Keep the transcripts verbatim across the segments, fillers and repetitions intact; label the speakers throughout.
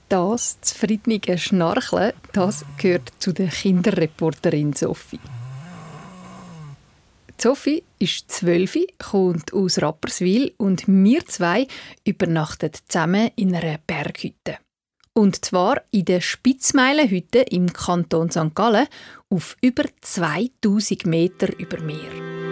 Speaker 1: Das zufriedene Schnarcheln, das gehört zu der Kinderreporterin Sophie. Sophie ist zwölf, kommt aus Rapperswil und wir zwei übernachten zusammen in einer Berghütte. Und zwar in der Spitzmeilenhütte im Kanton Sankt Gallen auf über zweitausend Meter über Meer.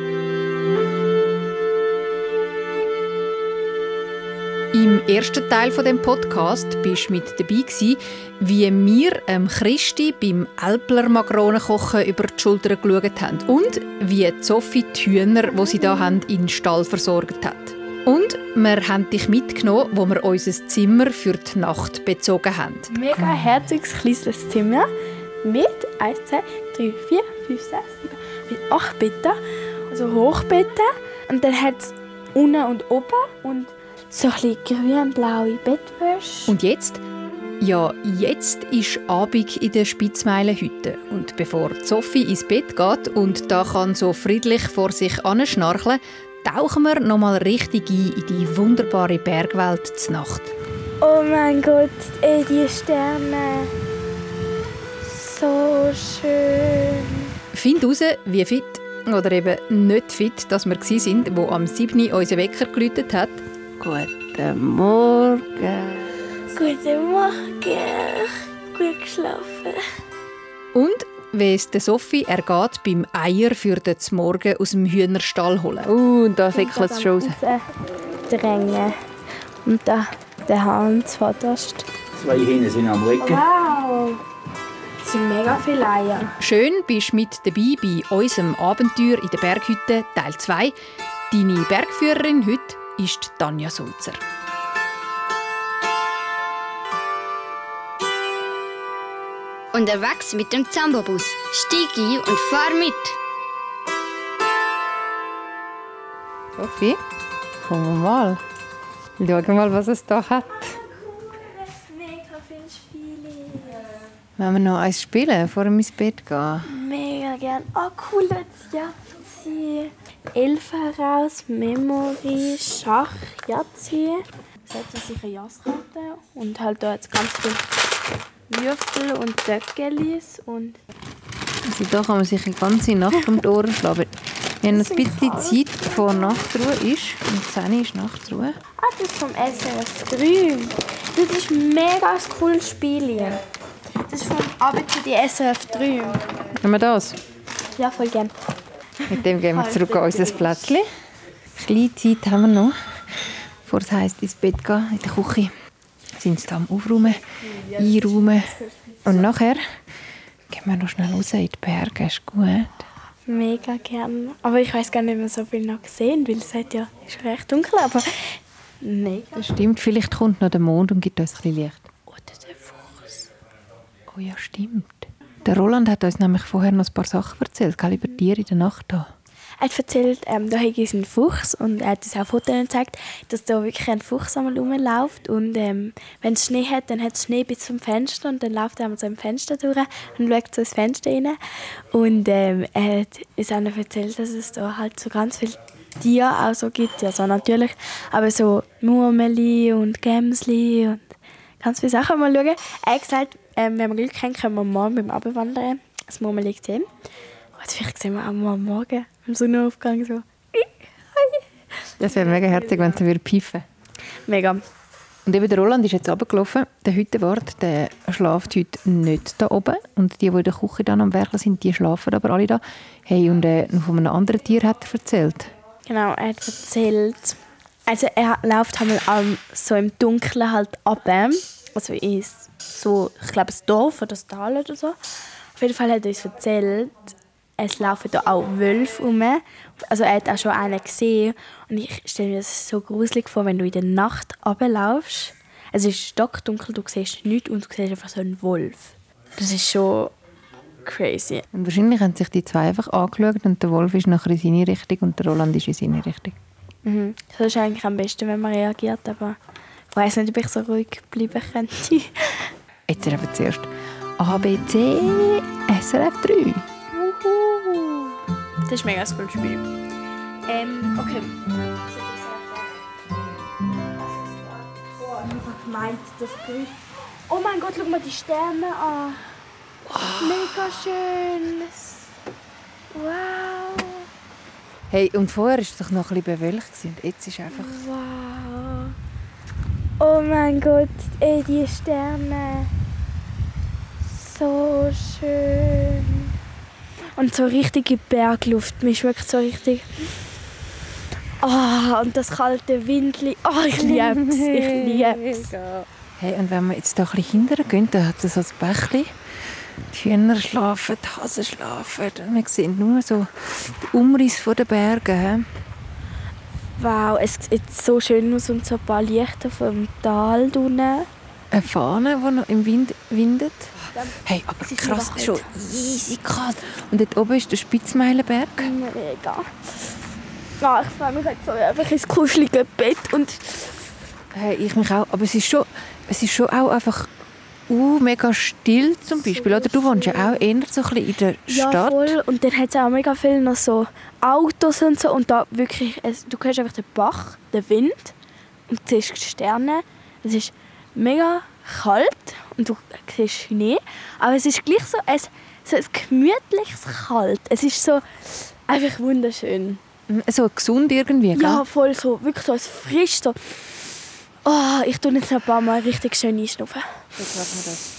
Speaker 1: Im ersten Teil von dem Podcast bist du mit dabei gewesen, wie wir ähm, Christi beim Älpler Makronenkochen über die Schulter geschaut haben und wie Sophie die Hühner, die sie hier haben, in den Stall versorgt hat. Und wir haben dich mitgenommen, wo wir unser Zimmer für die Nacht bezogen haben.
Speaker 2: Mega herziges, kleines Zimmer mit eins, zwei, drei, vier, fünf, sechs, sieben, mit acht Betten, also Hochbetten. Und dann hat es unten und oben und so ein bisschen grün-blaue Bettwäsche.
Speaker 1: Und jetzt? Ja, jetzt ist Abend in der Spitzmeilenhütte. Und bevor Sophie ins Bett geht und da kann so friedlich vor sich anschnarcheln, tauchen wir noch mal richtig ein in die wunderbare Bergwelt zur Nacht.
Speaker 2: Oh mein Gott, ey, die Sterne. So schön.
Speaker 1: Find raus, wie fit oder eben nicht fit, dass wir waren, wo am sieben Uhr unser Wecker geläutet hat.
Speaker 3: Guten Morgen.
Speaker 2: Guten Morgen. Gut geschlafen.
Speaker 1: Und wie es der Sophie ergeht, beim Eier für den Morgen aus dem Hühnerstall holen.
Speaker 3: Uh, da säckelt es schon raus.
Speaker 2: Drängen. Und da der Hans vorderst.
Speaker 4: Zwei Hähne sind am Lecken.
Speaker 2: Wow! Das sind mega viele Eier.
Speaker 1: Schön bist du mit dabei bei unserem Abenteuer in der Berghütte Teil zwei. Deine Bergführerin heute ist Tanja Sulzer.
Speaker 5: Unterwegs mit dem Zambobus. Steig ein und fahr mit.
Speaker 1: Sophie, komm mal. Schau mal, was es hier hat.
Speaker 2: Das ist mega viel Spiele.
Speaker 1: Wollen wir noch eins spielen, bevor wir ins Bett gehen?
Speaker 2: Mega gern. Oh, cool, das Jazzi. Elf heraus, Memory, Schach, Jazzi. Das hat so sicher Jazzkarten und halt da jetzt ganz viel Würfel und Töckelis und...
Speaker 1: Also da kann man sich die ganze Nacht um die Ohren schlagen. Wenn ein bisschen Zeit vor Nachtruhe ist, um zehn Uhr ist Nachtruhe.
Speaker 2: Ah, das ist vom S R F drei. Das ist mega ein cooles Spiel. Das ist vom Abend zu die S R F drei.
Speaker 1: Haben wir das?
Speaker 2: Ja, voll gern.
Speaker 1: Mit dem gehen wir zurück an unser Plätzchen. Kleine Zeit haben wir noch, bevor es heisst, ins Bett gehen, in der Küche. Sind sie da am Aufräumen, einräumen. Und nachher gehen wir noch schnell raus in die Berge. Ist gut.
Speaker 2: Mega gern. Aber ich weiss gar nicht mehr so viel noch gesehen, weil es hat ja, ist recht dunkel, aber mega.
Speaker 1: Das stimmt, vielleicht kommt noch der Mond und gibt uns ein bisschen Licht.
Speaker 2: Oder der Fuchs.
Speaker 1: Oh ja, stimmt. Der Roland hat uns nämlich vorher noch ein paar Sachen erzählt, gell, über Tiere in der Nacht hier.
Speaker 2: Er hat erzählt, ähm, da ist ein Fuchs und er hat uns auch Fotos gezeigt, dass da wirklich ein Fuchs einmal rumläuft und ähm, wenn es Schnee hat, dann hat es Schnee bis zum Fenster und dann läuft er einmal so im Fenster durch und schaut so ins Fenster rein und ähm, er hat uns auch noch erzählt, dass es da halt so ganz viele Tiere auch so gibt, ja so natürlich, aber so Murmeli und Gämsli und ganz viele Sachen mal schauen. Er hat gesagt, ähm, wenn wir Glück haben, können wir morgen beim Abwandern das Murmeli sehen. Und vielleicht sehen wir auch mal morgen im Sonnenaufgang so.
Speaker 1: Das wäre mega herzig, wenn sie pfeifen würden.
Speaker 2: Mega.
Speaker 1: Und eben der Roland ist jetzt runtergelaufen. Der Hüttenwart, der schläft heute nicht da oben. Und die, die in der Küche dann am Werkeln sind, die schlafen aber alle da. Hey, und äh, noch von einem anderen Tier hat er erzählt.
Speaker 2: Genau, er hat erzählt. Also er läuft einmal um, so im Dunkeln halt ab. Also ist so, ich glaube, ein Dorf oder ein Tal oder so. Auf jeden Fall hat er uns erzählt, es laufen da auch Wölfe rum. Also er hat auch schon einen gesehen. Und ich stelle mir das so gruselig vor, wenn du in der Nacht runterlaufst. Es ist stockdunkel, du siehst nichts und du siehst einfach so einen Wolf. Das ist schon crazy.
Speaker 1: Und wahrscheinlich haben sich die zwei einfach angeschaut und der Wolf ist nachher in seine Richtung und der Roland ist in seine Richtung.
Speaker 2: Mhm. Das ist eigentlich am besten, wenn man reagiert, aber ich weiss nicht, ob ich so ruhig bleiben könnte.
Speaker 1: Jetzt aber zuerst A B C S R F drei.
Speaker 2: Das ist mega ein cooles Spiel. Ähm, okay. Ich habe gemeint, das Gerücht Oh mein Gott, schau mal die Sterne an. Wow. Mega schön. Wow.
Speaker 3: Hey, und vorher war es doch noch ein bisschen bewölkt. Und jetzt ist einfach...
Speaker 2: Wow. Oh mein Gott, ey, die Sterne. So schön. Und so richtige Bergluft. Mir schmeckt so richtig... Oh, und das kalte Windli. Oh, ich liebe es. Ich liebe es.
Speaker 3: Hey, und wenn wir jetzt da ein bisschen hinterher gehen, da hat es so ein Bächli. Die Hühner schlafen, die Hasen schlafen. Und wir sehen nur so den Umriss der Berge.
Speaker 2: Wow, es sieht so schön aus und so ein paar Lichter vom Tal unten.
Speaker 3: Eine Fahne, die noch im Wind windet. Hey, aber krass, schon easy krass. Und dort oben ist der Spitzmeilenberg.
Speaker 2: Mega. Ja, ich freue mich jetzt so einfach ins kuschelige Bett. Und
Speaker 3: hey, ich mich auch. Aber es ist schon, es ist schon auch einfach uh, mega still zum Beispiel. So oder du wohnst ja auch eher so ein bisschen in der
Speaker 2: ja,
Speaker 3: Stadt.
Speaker 2: Voll. Und dann hat es auch mega viele noch so Autos und so. Und da wirklich, es, du hörst einfach den Bach, den Wind und du siehst die Sterne. Es ist mega kalt und du siehst Schnee. Aber es ist gleich so ein, so ein gemütliches Kalt. Es ist so einfach wunderschön.
Speaker 3: So gesund irgendwie, gell?
Speaker 2: Ja, voll so. Wirklich so ein frisch so. Oh, ich tue jetzt noch ein paar Mal richtig schön einschnaufen.
Speaker 3: Jetzt machen wir das.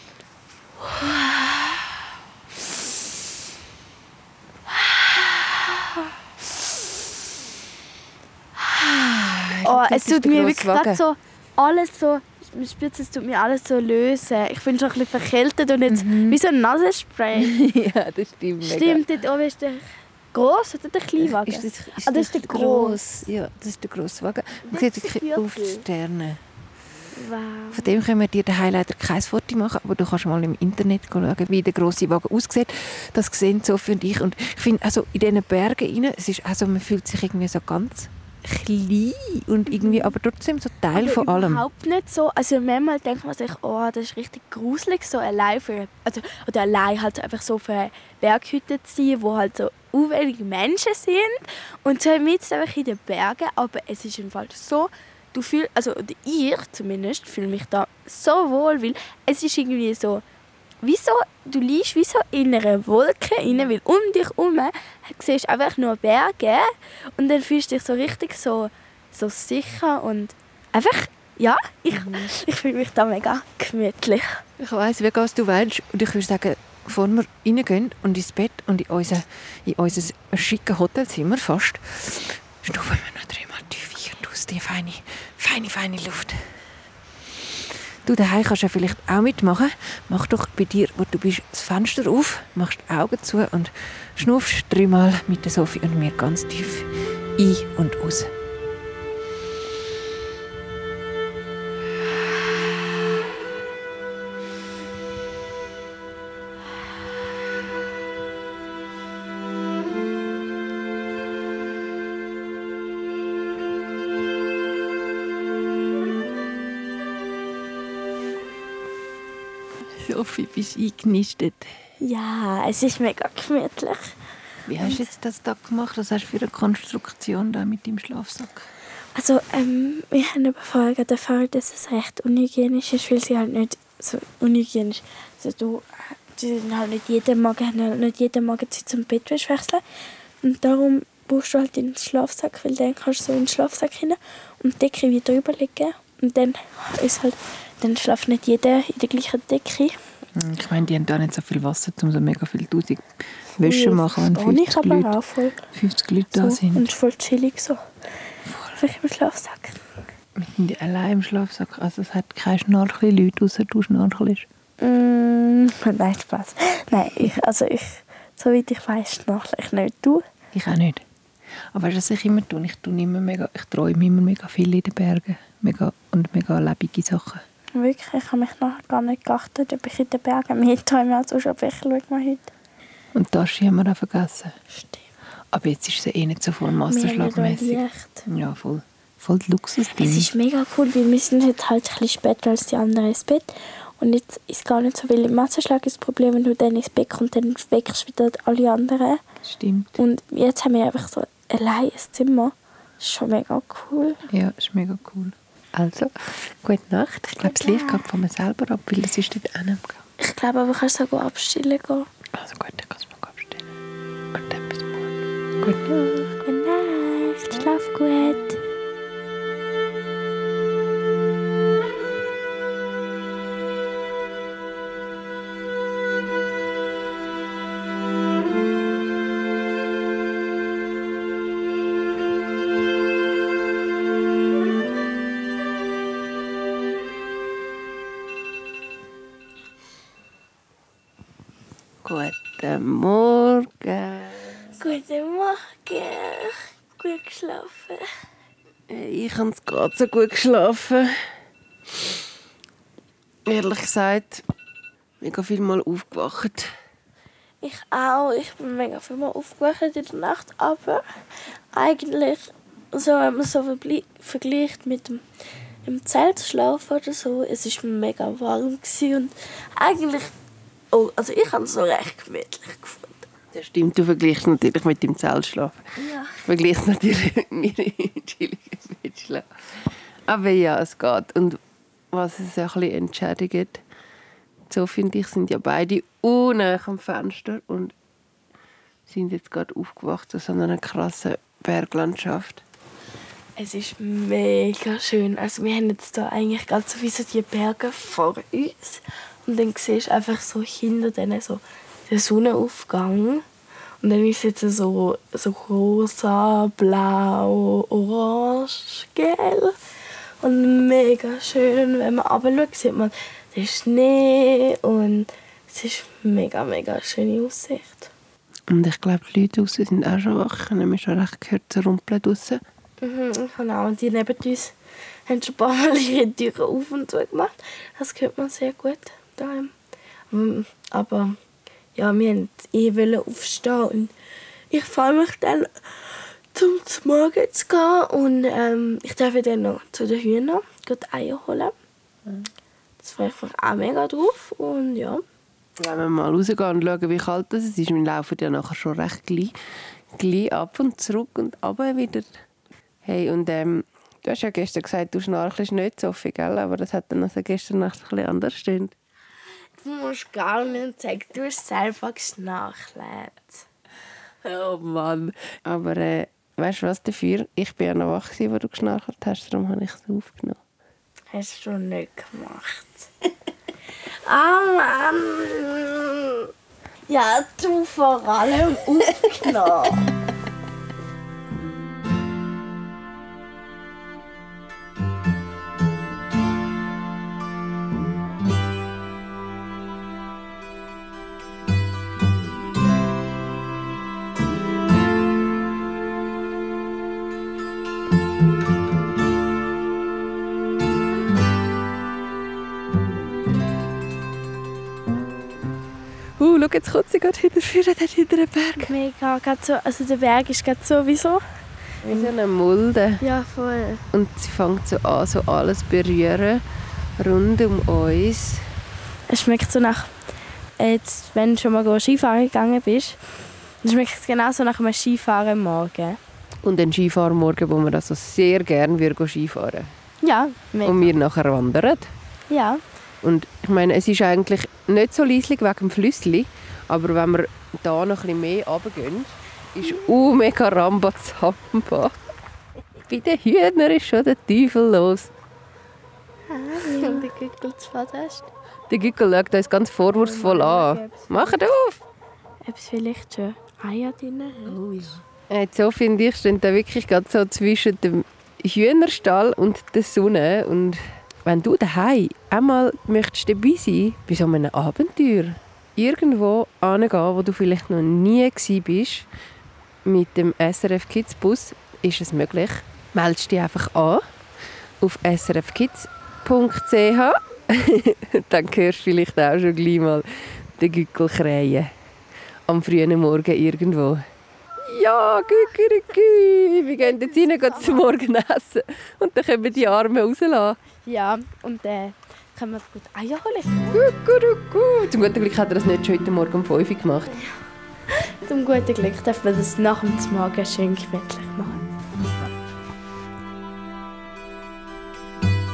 Speaker 2: Oh, es tut mir wirklich gerade so alles so, man spürt es, tut mir alles so lösen. Ich bin schon ein bisschen verkältet und jetzt mhm. wie so ein Nasenspray.
Speaker 3: Ja, das stimmt.
Speaker 2: Stimmt, dort oben ist der grosse oder der kleine Wagen?
Speaker 3: Ist das, ist
Speaker 2: ah, das ist der grosse.
Speaker 3: Ja, das ist der grosse Wagen. Man sieht wirklich auf die Sterne.
Speaker 2: Wow.
Speaker 3: Von dem können wir dir daheim leider kein Foto machen, aber du kannst mal im Internet schauen, wie der grosse Wagen aussieht. Das sehen so für dich. Und ich finde, also in diesen Bergen rein, es ist also, man fühlt sich irgendwie so ganz klein und irgendwie, aber trotzdem so Teil
Speaker 2: aber
Speaker 3: von allem.
Speaker 2: Überhaupt nicht so. Also manchmal denkt man sich, oh, das ist richtig gruselig, so allein für, also oder allein halt einfach so für eine Berghütte zu sein, wo halt so wenige Menschen sind und so mitten einfach in den Bergen. Aber es ist im Fall so, du fühlst, also ich zumindest fühle mich da so wohl, weil es ist irgendwie so, wie so, du liegst wie so in einer Wolke rein, weil um dich herum siehst du einfach nur Berge und dann fühlst du dich so richtig so, so sicher und einfach, ja, ich, mhm. ich fühle mich da mega gemütlich.
Speaker 3: Ich weiss, wie du willst und ich würde sagen, bevor wir reingehen und ins Bett und in unser, in unser schickes Hotelzimmer fast, schnaufen wir noch dreimal tief ein und aus die feine, feine, feine Luft. Du daheim kannst ja vielleicht auch mitmachen. Mach doch bei dir, wo du bist, das Fenster auf, machst die Augen zu und schnaufst dreimal mit der Sophie und mir ganz tief ein und aus. Sophie, bist du eingenistet?
Speaker 2: Ja, es ist mega gemütlich.
Speaker 3: Wie hast du jetzt das da gemacht? Was hast du für eine Konstruktion da mit deinem Schlafsack?
Speaker 2: Also, ähm, wir haben aber vorher gerade erfahren, dass es recht unhygienisch ist, weil sie halt nicht so unhygienisch also du, sie halt nicht jeden Morgen, haben halt nicht jeden Morgen Zeit zum Bettwäsche wechseln. Und darum brauchst du halt den Schlafsack, weil dann kannst du so in den Schlafsack hinein und die Decke wieder drüber legen. Und dann ist halt, dann schläft nicht jeder in der gleichen Decke.
Speaker 3: Ich meine, die haben da nicht so viel Wasser, um so mega viel tausend Wäsche zu machen, wenn fünfzig,
Speaker 2: aber
Speaker 3: Leute,
Speaker 2: auch voll
Speaker 3: fünfzig Leute da
Speaker 2: so,
Speaker 3: sind.
Speaker 2: Und es ist voll chillig so. Voll im Schlafsack.
Speaker 3: Wir sind allein im Schlafsack. Also es hat keine Schnarchli-Leute, außer du schnarchelst.
Speaker 2: Mm, nein, Spaß. Nein, ich, also ich, soweit ich weiss, schnarchle ich nicht. Du?
Speaker 3: Ich auch nicht. Aber weißt du, was ich immer tue? Ich, tue immer mega, ich träume immer mega viel in den Bergen. Mega, und mega lebendige Sachen.
Speaker 2: Wirklich? Ich habe mich nachher gar nicht geachtet, ob ich in den Bergen mehr träume als sonst. Aber ich schaue mal heute.
Speaker 3: Und die Tasche haben wir auch vergessen.
Speaker 2: Stimmt.
Speaker 3: Aber jetzt ist sie eh nicht so voll massenschlagmässig. Ja, voll. Voll die Luxusding.
Speaker 2: Es ist mega cool, weil wir sind jetzt halt ein bisschen später als die anderen ins Bett. Und jetzt ist gar nicht so, weil im Massenschlag ist das Problem, wenn du dann ins Bett kommst, dann weckst du wieder alle anderen.
Speaker 3: Stimmt.
Speaker 2: Und jetzt haben wir einfach so allein ein Zimmer. Das ist schon mega cool.
Speaker 3: Ja, das ist mega cool. Also, gute Nacht. Ich glaube, das Licht kommt von mir selber ab, weil es ist dort hinten.
Speaker 2: Ich glaube aber, kannst du auch abstillen gehen.
Speaker 3: Also gut, dann kannst du mal abstellen. Und dann bis morgen. Gute Nacht.
Speaker 2: Gute Nacht, schlaf gut.
Speaker 3: Guten Morgen.
Speaker 2: Guten Morgen. Gut geschlafen.
Speaker 3: Ich habe gerade so gut geschlafen. Ehrlich gesagt, mega viel Mal aufgewacht.
Speaker 2: Ich auch. Ich bin mega viel Mal aufgewacht in der Nacht. Aber eigentlich, so, wenn man so verbli- vergleicht mit dem im Zelt schlafen oder so, es war mega warm gewesen und eigentlich, oh, also ich habe es so recht gemütlich gefunden.
Speaker 3: Das stimmt, du vergleichst natürlich mit dem Zeltschlafen.
Speaker 2: Ja.
Speaker 3: Ich vergleiche natürlich mit meinem chilligen Bettschlafen. Aber ja, es geht. Und was es ein bisschen entschädigt, so finde ich, sind ja beide unten am Fenster und sind jetzt gerade aufgewacht aus so einer krassen Berglandschaft.
Speaker 2: Es ist mega schön. Also wir haben jetzt da eigentlich ganz so wie so die Berge vor uns. Und dann siehst du einfach so hinter denen so den Sonnenaufgang. Und dann ist es jetzt so, so rosa, blau, orange, gelb. Und mega schön. Wenn man runterschaut, sieht man den Schnee. Und es ist mega, mega schöne Aussicht.
Speaker 3: Und ich glaube, die Leute draussen sind auch schon wach. Ich habe nämlich schon recht gehört, zu rumpeln draussen.
Speaker 2: Mhm, genau. Und die neben uns haben schon ein paar Mal ihre Türen auf und zu gemacht. Das hört man sehr gut daheim. Aber ja, wir wollten eh aufstehen und ich freue mich dann, zum Morgen zu gehen. Und ähm, ich darf dann noch zu den Hühnern Eier holen. Mhm. Das freue ich mich auch mega drauf. Und ja.
Speaker 3: Wenn wir mal rausgehen und schauen, wie kalt es ist, wir laufen ja nachher schon recht gleich, gleich ab und zurück und runter wieder. Hey, und ähm, du hast ja gestern gesagt, du schnarchst nicht so viel, gell? Aber das hat dann also gestern Nacht ein bisschen anders gestimmt.
Speaker 2: Du musst gar nicht sagen, du hast selber geschnarchelt.
Speaker 3: Oh Mann. Aber äh, weißt du was dafür? Ich war ja noch wach, als du geschnarchelt hast, darum habe ich es aufgenommen.
Speaker 2: Hast du nicht gemacht. Ah, Mann. Ja, du vor allem aufgenommen.
Speaker 3: Uh, schau, jetzt kommt sie gerade hinter vorne, dort hinter den Berg.
Speaker 2: Mega, grad so, also der Berg ist gerade sowieso.
Speaker 3: Wie so eine Mulde.
Speaker 2: Ja, voll.
Speaker 3: Und sie fängt so an, so alles berühren, rund um uns.
Speaker 2: Es schmeckt so nach, jetzt, wenn du schon mal Skifahren gegangen bist, dann schmeckt es genauso nach einem Skifahren morgen.
Speaker 3: Und ein Skifahrmorgen, wo wir also sehr gerne Skifahren würden.
Speaker 2: Ja, mega.
Speaker 3: Und wir nachher wandern.
Speaker 2: Ja.
Speaker 3: Und ich meine, es ist eigentlich nicht so leislich wegen dem Flüssli, aber wenn wir da noch ein bisschen mehr runtergehen, ist uh, mega Rambazamba. Bei den Hühnern ist schon der Teufel los.
Speaker 2: Ah, wie haben die Gückel zu fast.
Speaker 3: Der Gückel schaut uns ganz vorwurfsvoll an. Macht auf!
Speaker 2: Ob es vielleicht schon Eier drin hat?
Speaker 3: Oh ja. Jetzt so finde ich, stehen da wirklich gerade so zwischen dem Hühnerstall und der Sonne. Und wenn du daheim einmal möchtest dabei sein bei so einem Abenteuer, irgendwo hingehen, wo du vielleicht noch nie gewesen bist, mit dem S R F Kids Bus, ist es möglich. Meldest dich einfach an auf s r f kids punkt c h. Dann hörst du vielleicht auch schon gleich mal den Gückel krähen. Am frühen Morgen irgendwo. Ja, Gückerikü, wir gehen jetzt rein, gehen zum Morgen essen. Und dann können wir die Arme rauslassen.
Speaker 2: Ja, und dann äh, können wir gut Eier holen.
Speaker 3: Gückerikü. Zum guten Glück hat er das nicht schon heute Morgen um fünf Uhr gemacht.
Speaker 2: Zum guten Glück dürfen wir das nach dem Morgen schön gemütlich machen.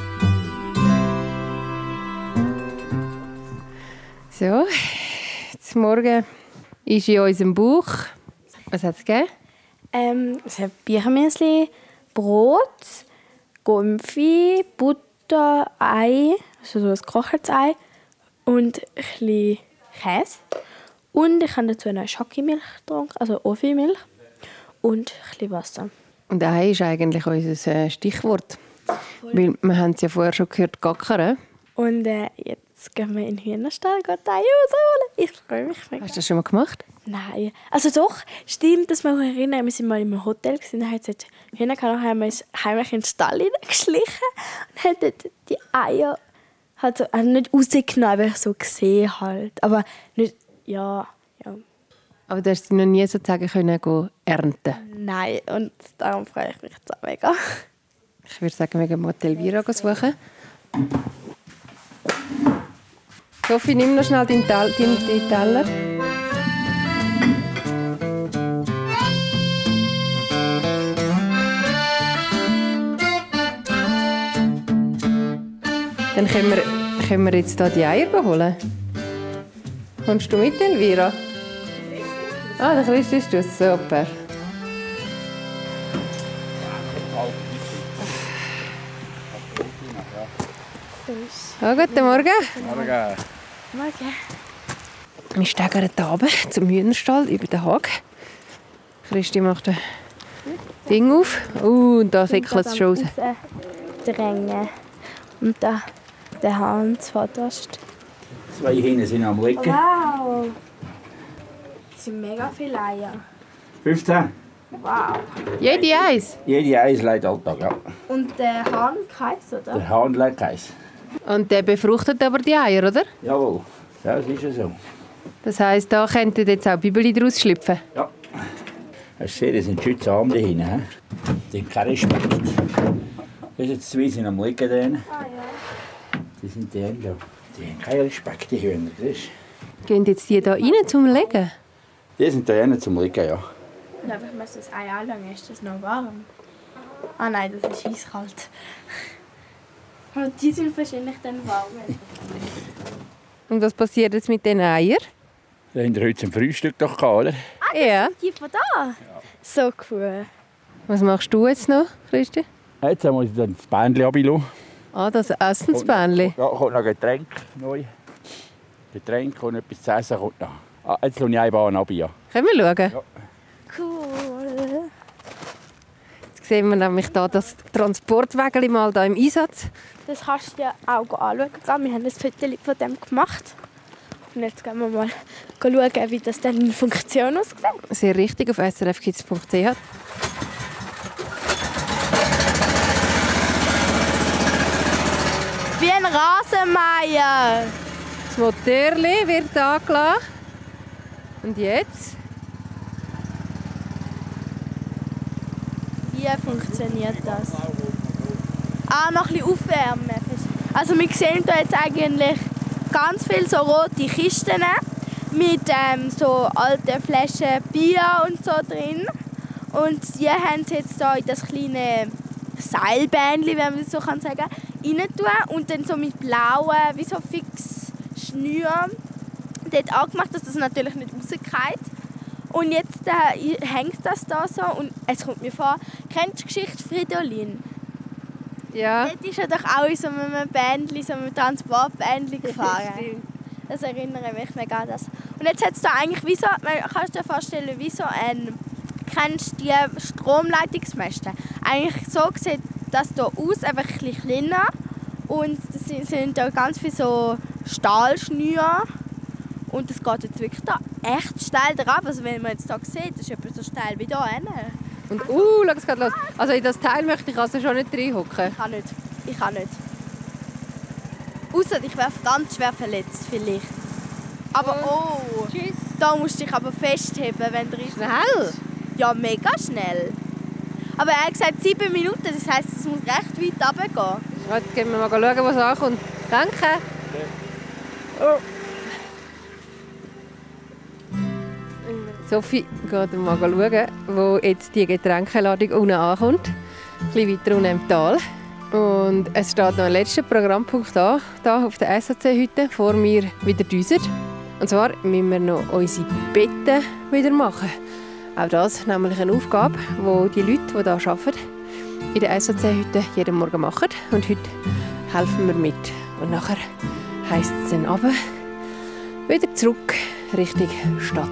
Speaker 3: So, jetzt Morgen ist in unserem Bauch. Was hat es gegeben?
Speaker 2: Ähm, es hat Birchenmüsli, Brot, Gumpfi, Butter, Ei, also so ein gekochtes Ei und ein bisschen Käse. Und ich habe dazu eine Schokimilch getrunken, also Ofi-Milch und ein bisschen Wasser.
Speaker 3: Und Ei ist eigentlich unser äh, Stichwort. Weil wir haben es ja vorher schon gehört, gackern.
Speaker 2: Und äh, jetzt gehen wir in den Hühnerstall, gehen Ei rausholen. Ich freue mich mega.
Speaker 3: Hast du das schon mal gemacht?
Speaker 2: Nein. Also doch, stimmt, dass wir uns erinnern, wir waren mal in einem Hotel, da hat es Hühner gehabt, haben wir uns heimlich in den Stall hineingeschlichen und haben dort die Eier halt so, also nicht rausgenommen, aber so gesehen halt. Aber nicht, ja, ja.
Speaker 3: Aber du hast sie noch nie sozusagen können gehen ernten.
Speaker 2: Nein, und darum freue ich mich jetzt auch mega.
Speaker 3: Ich würde sagen, wegen dem Hotel Vira suchen. Sophie, nimm noch schnell deinen, Tell- deinen, deinen Teller. Dann können wir, können wir jetzt hier die Eier holen. Kommst du mit, Elvira? Ah, der Christus ist das. Super. Ja, guten Morgen.
Speaker 6: Morgen.
Speaker 2: Morgen.
Speaker 3: Wir steigen hier runter zum Hühnerstall über den Hag. Christi macht ein Ding auf. Uh, und da säckelt es schon raus.
Speaker 2: Drängen. Und da der Hans vorderst.
Speaker 4: Zwei Hähne sind am Lecken.
Speaker 2: Wow! Das sind mega viele Eier.
Speaker 4: fünfzehn.
Speaker 2: Wow!
Speaker 3: Jede eins.
Speaker 4: Jede Eis legt Alltag, ja.
Speaker 2: Und der Hahn keins, oder?
Speaker 4: Der Hahn legt Eis.
Speaker 3: Und der befruchtet aber die Eier, oder?
Speaker 4: Jawohl, das ist ja so.
Speaker 3: Das heisst, da könnten jetzt auch Bibeli draus schlüpfen.
Speaker 4: Ja. Hast du gesehen, das sind schön zahm, die Hähne. he? Die haben keinen Respekt. Das jetzt zwei sind am Lecken. Denen.
Speaker 2: Ah ja.
Speaker 4: Die sind die Hände da. Die haben keinen Respekt, die Hühner. siehst
Speaker 3: Gehen jetzt die da rein zum Legen?
Speaker 4: du? Die sind da hinten zum Lecken, ja.
Speaker 2: Und aber ich muss das Ei anlangen, ist das noch warm? Ah nein, das ist eiskalt. Und die sind wahrscheinlich dann warm.
Speaker 3: Und was passiert jetzt mit den Eiern?
Speaker 4: Die haben wir heute zum Frühstück doch gehabt, oder?
Speaker 2: Ah,
Speaker 3: Ja.
Speaker 2: die von da? So cool.
Speaker 3: Was machst du jetzt noch, Christi?
Speaker 4: Jetzt haben wir uns dann das Bändchen abgelassen.
Speaker 3: Ah, das Essensbändchen.
Speaker 4: Ja, kommt noch Getränk neu. Getränk und etwas zu essen kommt noch. Ah, jetzt lasse ich eine Bahn ab, ja.
Speaker 3: Können wir schauen?
Speaker 4: Ja.
Speaker 2: Cool.
Speaker 3: Jetzt sehen wir nämlich da das Transportwägeli mal da im Einsatz.
Speaker 2: Das kannst du dir auch anschauen. Wir haben ein Foto von dem gemacht. Und jetzt gehen wir mal schauen, wie das dann in Funktion aussieht.
Speaker 3: Sehr richtig, auf s r f kids punkt c h.
Speaker 2: Wie ein Rasenmäher.
Speaker 3: Das Motorli wird angelassen. Und jetzt?
Speaker 2: Wie funktioniert das? Ah, noch ein bisschen aufwärmen. Also wir sehen hier jetzt eigentlich ganz viele so rote Kisten mit ähm, so alten Flaschen Bier und so drin. Und die haben sie jetzt hier in das kleine Seilbändchen, wenn man das so sagen kann, rein tun und dann so mit blauen, wie so fix Schnüren dort angemacht, dass das natürlich nicht rausgeht. Und jetzt äh, hängt das da so und es kommt mir vor, kennst du die Geschichte Fridolin?
Speaker 3: Ja.
Speaker 2: Dort ist er doch auch in so einem Bändchen, so einem Transportbändchen gefahren. Das erinnere mich mega an das. Und jetzt hat es da eigentlich wie so, man kannst du dir vorstellen, wie so ein, kennst du die Stromleitungsmasten? Eigentlich so sieht das hier aus, einfach ein bisschen kleiner. Und es sind, sind da ganz viele so Stahlschnüre. Und es geht jetzt wirklich da echt steil drauf. Also wenn man jetzt hier sieht, das ist etwa so steil wie hier hinten.
Speaker 3: Und uh, schau, es geht los. Also in das Teil möchte ich also schon nicht reinhocken.
Speaker 2: Ich kann nicht. Ich kann nicht. Ausser ich wäre ganz schwer verletzt vielleicht. Aber oh,
Speaker 3: Tschüss.
Speaker 2: da musst du dich aber festheben, wenn du
Speaker 3: Schnell?
Speaker 2: Ja, mega schnell. Aber er hat gesagt sieben Minuten, das heisst, es muss recht weit runtergehen.
Speaker 3: Jetzt gehen wir mal schauen, was ankommt. Danke.
Speaker 2: Oh.
Speaker 3: Sophie geht mal schauen, wo jetzt die Getränkeladung unten ankommt. Ein bisschen weiter unten im Tal. Und es steht noch ein letzter Programmpunkt an, hier auf der S A C heute vor mir wieder düser. Und zwar müssen wir noch unsere Betten wieder machen. Auch das ist nämlich eine Aufgabe, die die Leute, die hier arbeiten, in der S A C-Hütte jeden Morgen machen. Und heute helfen wir mit. Und nachher heisst es dann runter, wieder zurück Richtung Stadt.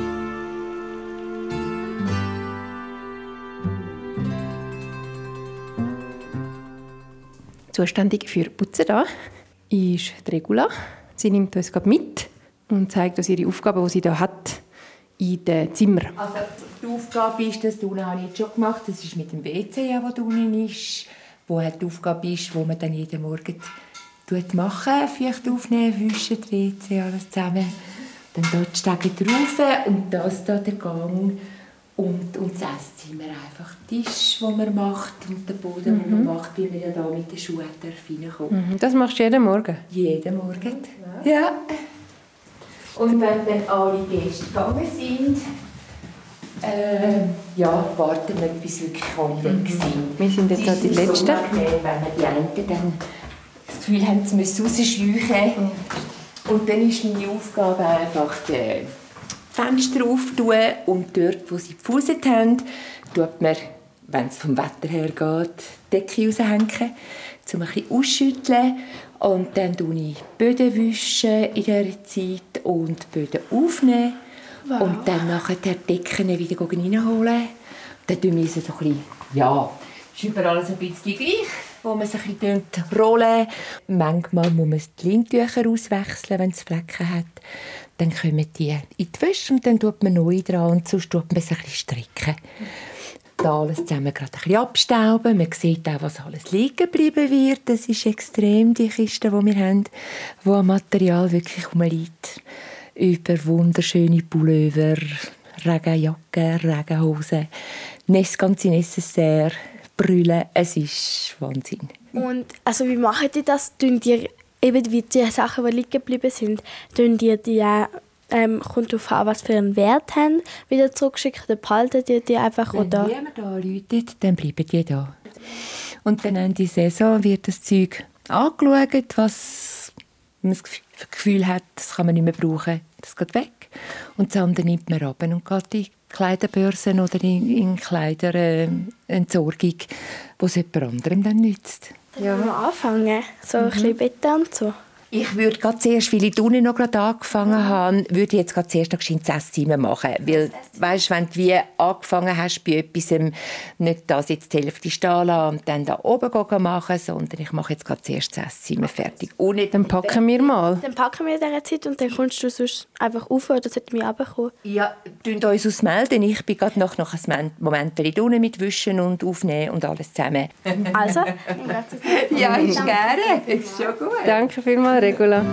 Speaker 3: Zuständig für Putzen da ist die Regula. Sie nimmt uns gerade mit und zeigt uns ihre Aufgaben, die sie hier hat in den Zimmern.
Speaker 6: Also die Aufgabe ist, das unten habe ich jetzt schon gemacht. Das ist mit dem W C, ja, das unten ist, wo halt die Aufgabe ist, wo man dann jeden Morgen machen, Feucht aufnehmen, wischen, W C, alles zusammen. Dann dort die Stege drauf und das hier der Gang und, und das Esszimmer einfach Tisch, den man macht und den Boden, den mhm. man macht, wie man ja da mit den Schuhen reinkommt.
Speaker 3: Mhm. Das machst du jeden Morgen?
Speaker 6: Jeden Morgen, ja. ja. Und wenn dann alle Gäste gegangen sind, äh, ja, warten wir, bis wirklich alle weg sind.
Speaker 3: Wir sind jetzt auch die Letzten.
Speaker 6: So wenn man die einen dann das Gefühl haben, sie müssen rausscheuchen. Mhm. Und dann ist meine Aufgabe einfach, die Fenster aufzutun und dort, wo sie gefuselt haben, tut man, wenn es vom Wetter her geht, die Decke raushängen, um ein bisschen ausschütteln. Und dann wasche ich die Böden wischen in dieser Zeit und die Böden aufnehmen. Wow. Und dann nachher die Decken wieder reinholen. Dann tun wir so ein bisschen, ja, ist überall ein bisschen gleich, wo man sich ein bisschen rollen. Manchmal muss man die Lintücher auswechseln, wenn es Flecken hat. Dann kommen die in die Wäsche und dann tut man neu dran und sonst tut man es ein bisschen stricken. Da alles zusammen gerade ein bisschen abstauben. Man sieht auch, was alles liegen geblieben wird. Das ist extrem, die Kiste, die wir haben, wo am Material wirklich rumliegt. Über wunderschöne Pullover, Regenjacken, Regenhosen, ganze Necessaire, Brüllen. Es ist Wahnsinn.
Speaker 2: Und also wie machen die das? Tun die eben wie die Sachen, die liegen geblieben sind, tun die die ähm, kommt darauf an, was für einen Wert haben, wieder zurückschicken oder behalten die die einfach?
Speaker 6: Wenn
Speaker 2: oder?
Speaker 6: jemand anruft, dann bleiben die da. Und dann Ende Saison wird das Zeug angeschaut, was man das Gefühl hat, das kann man nicht mehr brauchen, das geht weg. Und das andere nimmt man ab und geht in Kleiderbörsen oder in, in Kleiderentsorgung, äh, wo es jemand anderem dann nützt.
Speaker 2: Dann ja. wir anfangen, so mhm. ein bisschen Betten und so.
Speaker 6: Ich würde gerade zuerst, weil ich unten noch gerade angefangen mhm. habe, würde ich jetzt gerade zuerst noch das Esszimmer machen. Weil, weißt, wenn du wie angefangen hast bei etwas, nicht das jetzt die Hälfte stehen lassen und dann da oben machen, sondern ich mache jetzt gerade zuerst das Esszimmer fertig. Ohne
Speaker 3: dann packen wir mal.
Speaker 2: Dann packen wir in dieser Zeit und dann kommst du sonst einfach rauf oder sollten wir runterkommen?
Speaker 6: Ja, meldet uns ausmelden. Ich bin gerade noch, noch ein Moment unten mit Wischen und Aufnehmen und alles zusammen.
Speaker 2: Also?
Speaker 6: Ja, ist gerne. Ist schon gut.
Speaker 3: Danke vielmals, Regula.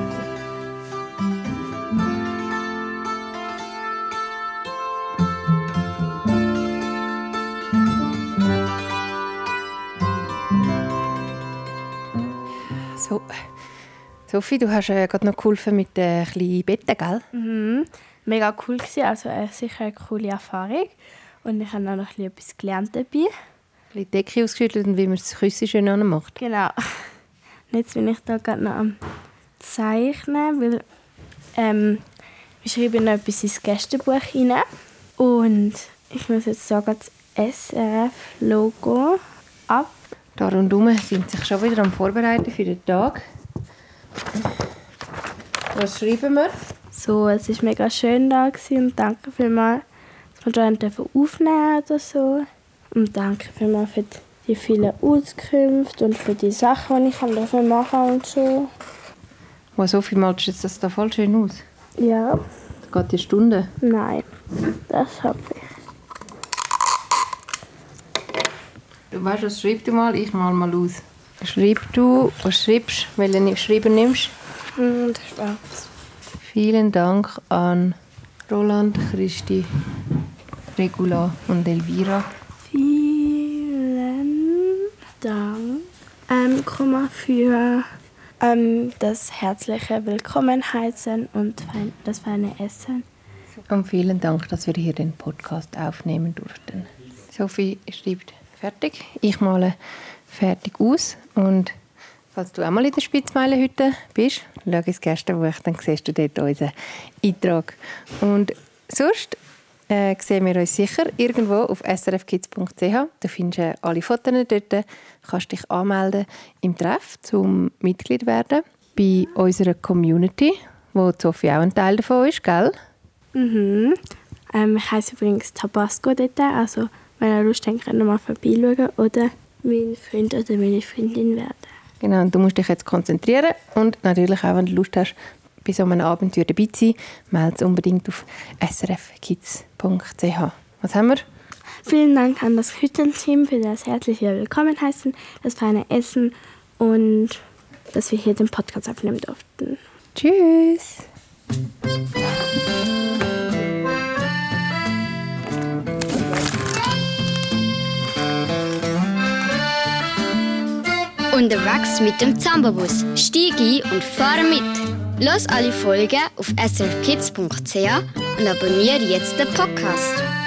Speaker 3: So, Sophie, du hast äh, gerade noch geholfen mit den kleinen Betten, gell?
Speaker 2: Mhm. Mega cool gewesen, also äh, sicher eine coole Erfahrung. Und ich habe auch noch etwas gelernt dabei.
Speaker 3: Ein bisschen die Decke ausgeschüttelt und wie man das Küssen schön anmacht.
Speaker 2: Genau. Und jetzt bin ich da gerade noch am Zeichnen, weil ähm, wir schreiben noch etwas ins Gästebuch rein. Und ich muss jetzt sagen, das S R F-Logo ab.
Speaker 3: Da rundherum sind sich schon wieder am Vorbereiten für den Tag. Was schreiben wir?
Speaker 2: So, es war mega schön da und danke vielmals, dass wir hier aufnehmen oder so. Und danke vielmals für die vielen Auskünfte und für die Sachen, die ich dafür machen kann und so.
Speaker 3: Oh, Sophie, malst du das da voll schön aus?
Speaker 2: Ja.
Speaker 3: Das geht die Stunde?
Speaker 2: Nein, das habe ich.
Speaker 3: Du weißt, was schreibst du mal? Ich mal mal aus. Schreib du, was schreibst du, welchen Schreiber nimmst?
Speaker 2: Mm, das schwarz.
Speaker 3: Vielen Dank an Roland, Christi, Regula und Elvira.
Speaker 2: Vielen Dank ähm, für ähm, das herzliche Willkommenheißen und das feine Essen.
Speaker 3: Und vielen Dank, dass wir hier den Podcast aufnehmen durften. Sophie schreibt fertig, ich male fertig aus und Falls du auch mal in der Spitzmeilenhütte bist, schau ins Gästebuch, dann siehst du dort unseren Eintrag. Und sonst äh, sehen wir uns sicher irgendwo auf s r f kids punkt c h. Du findest alle Fotos dort. Du kannst dich anmelden im Treff, um Mitglied zu werden bei unserer Community, wo Sophie auch ein Teil davon ist, gell?
Speaker 2: Mhm. Ähm, ich heisse übrigens Tabasco dort. Also, wenn ihr Lust habt, könnt ihr mal vorbeischauen oder mein Freund oder meine Freundin werden.
Speaker 3: Genau, und du musst dich jetzt konzentrieren und natürlich auch, wenn du Lust hast, bei so einem Abenteuer dabei zu sein, melde dich unbedingt auf s r f kids punkt c h. Was haben wir?
Speaker 2: Vielen Dank an das Hüttenteam für das herzliche Willkommen heißen, das feine Essen und dass wir hier den Podcast aufnehmen durften.
Speaker 3: Tschüss!
Speaker 5: Unterwegs mit dem Zambabus. Steig ein und fahr mit. Los alle Folgen auf s r f kids punkt c h und abonniere jetzt den Podcast.